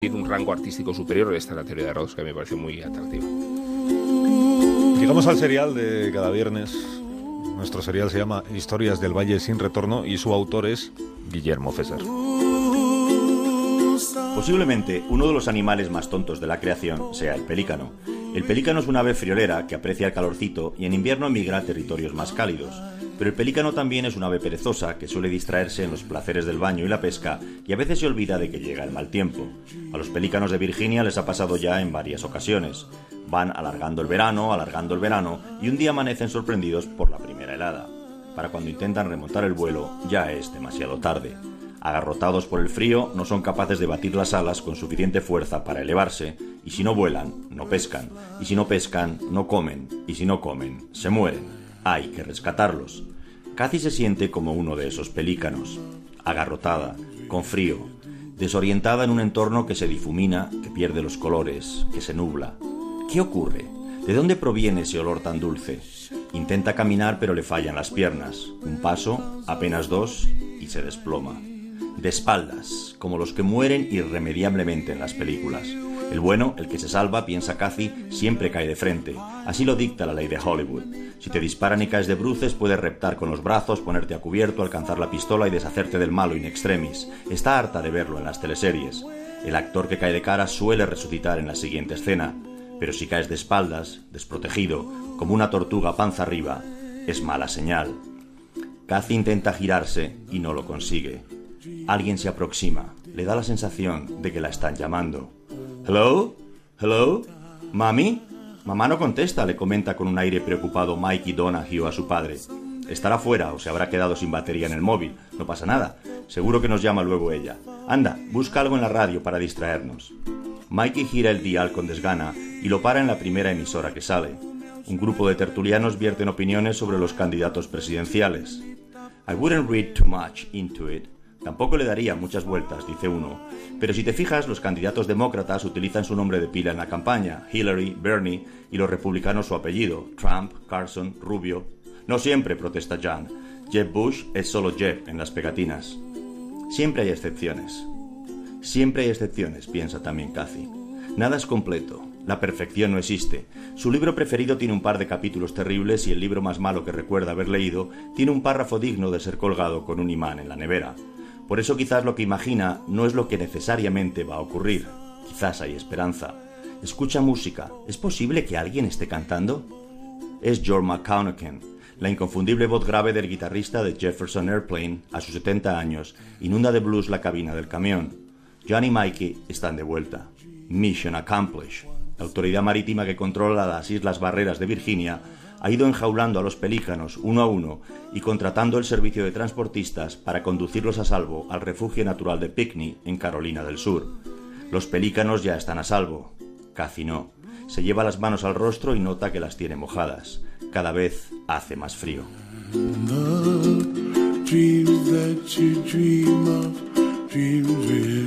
Tiene un rango artístico superior. Esta es la teoría de Rawls, que me parece muy atractiva. Llegamos al serial de cada viernes. Nuestro serial se llama Historias del Valle sin Retorno y su autor es Guillermo César. Posiblemente uno de los animales más tontos de la creación sea el pelícano. El pelícano es una ave friolera que aprecia el calorcito y en invierno emigra a territorios más cálidos. Pero el pelícano también es una ave perezosa que suele distraerse en los placeres del baño y la pesca y a veces se olvida de que llega el mal tiempo. A los pelícanos de Virginia les ha pasado ya en varias ocasiones. Van alargando el verano y un día amanecen sorprendidos por la primera helada. Para cuando intentan remontar el vuelo ya es demasiado tarde. Agarrotados por el frío, no son capaces de batir las alas con suficiente fuerza para elevarse, y si no vuelan, no pescan, y si no pescan, no comen, y si no comen, se mueren. Hay que rescatarlos. Cathy se siente como uno de esos pelícanos, agarrotada, con frío, desorientada en un entorno que se difumina, que pierde los colores, que se nubla. ¿Qué ocurre? ¿De dónde proviene ese olor tan dulce? Intenta caminar pero le fallan las piernas. Un paso, apenas dos, y se desploma. De espaldas, como los que mueren irremediablemente en las películas. El bueno, el que se salva, piensa Cathy, siempre cae de frente. Así lo dicta la ley de Hollywood. Si te disparan y caes de bruces, puedes reptar con los brazos, ponerte a cubierto, alcanzar la pistola y deshacerte del malo in extremis. Está harta de verlo en las teleseries. El actor que cae de cara suele resucitar en la siguiente escena. Pero si caes de espaldas, desprotegido, como una tortuga panza arriba, es mala señal. Cathy intenta girarse y no lo consigue. Alguien se aproxima. Le da la sensación de que la están llamando. ¿Hello? ¿Hello? ¿Mami? Mamá no contesta, le comenta con un aire preocupado Mikey Donahue a su padre. Estará fuera o se habrá quedado sin batería en el móvil. No pasa nada. Seguro que nos llama luego ella. Anda, busca algo en la radio para distraernos. Mikey gira el dial con desgana y lo para en la primera emisora que sale. Un grupo de tertulianos vierten opiniones sobre los candidatos presidenciales. I wouldn't read too much into it. Tampoco le daría muchas vueltas, dice uno. Pero si te fijas, los candidatos demócratas utilizan su nombre de pila en la campaña. Hillary, Bernie, y los republicanos su apellido. Trump, Carson, Rubio. No siempre, protesta Jan. Jeb Bush es solo Jeb en las pegatinas. Siempre hay excepciones. Siempre hay excepciones, piensa también Cathy. Nada es completo. La perfección no existe. Su libro preferido tiene un par de capítulos terribles y el libro más malo que recuerda haber leído tiene un párrafo digno de ser colgado con un imán en la nevera. Por eso quizás lo que imagina no es lo que necesariamente va a ocurrir. Quizás hay esperanza. Escucha música. ¿Es posible que alguien esté cantando? Es George McConaughey, la inconfundible voz grave del guitarrista de Jefferson Airplane, a sus 70 años, inunda de blues la cabina del camión. John y Mikey están de vuelta. Mission accomplished. La autoridad marítima que controla las Islas Barreras de Virginia ha ido enjaulando a los pelícanos uno a uno y contratando el servicio de transportistas para conducirlos a salvo al refugio natural de Pinckney, en Carolina del Sur. Los pelícanos ya están a salvo. Cathy no. Se lleva las manos al rostro y nota que las tiene mojadas. Cada vez hace más frío. Dreams that you dream of, dreams